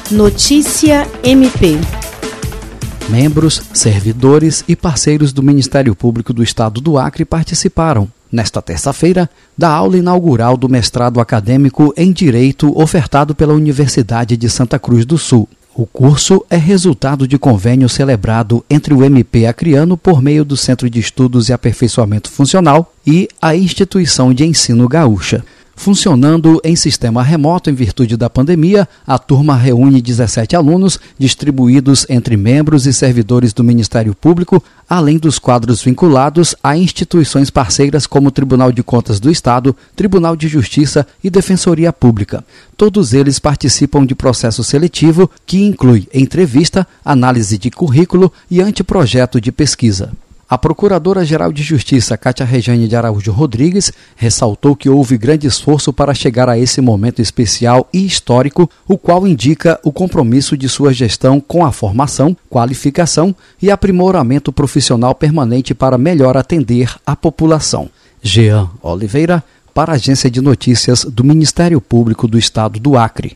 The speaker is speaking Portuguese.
Notícia MP. Membros, servidores e parceiros do Ministério Público do Estado do Acre participaram, nesta terça-feira, da aula inaugural do mestrado acadêmico em Direito ofertado pela Universidade de Santa Cruz do Sul. O curso é resultado de convênio celebrado entre o MP acreano por meio do Centro de Estudos e Aperfeiçoamento Funcional e a Instituição de Ensino Gaúcha. Funcionando em sistema remoto em virtude da pandemia, a turma reúne 17 alunos distribuídos entre membros e servidores do Ministério Público, além dos quadros vinculados a instituições parceiras como o Tribunal de Contas do Estado, Tribunal de Justiça e Defensoria Pública. Todos eles participam de processo seletivo que inclui entrevista, análise de currículo e anteprojeto de pesquisa. A Procuradora-Geral de Justiça, Cátia Rejane de Araújo Rodrigues, ressaltou que houve grande esforço para chegar a esse momento especial e histórico, o qual indica o compromisso de sua gestão com a formação, qualificação e aprimoramento profissional permanente para melhor atender a população. Jean Oliveira, para a Agência de Notícias do Ministério Público do Estado do Acre.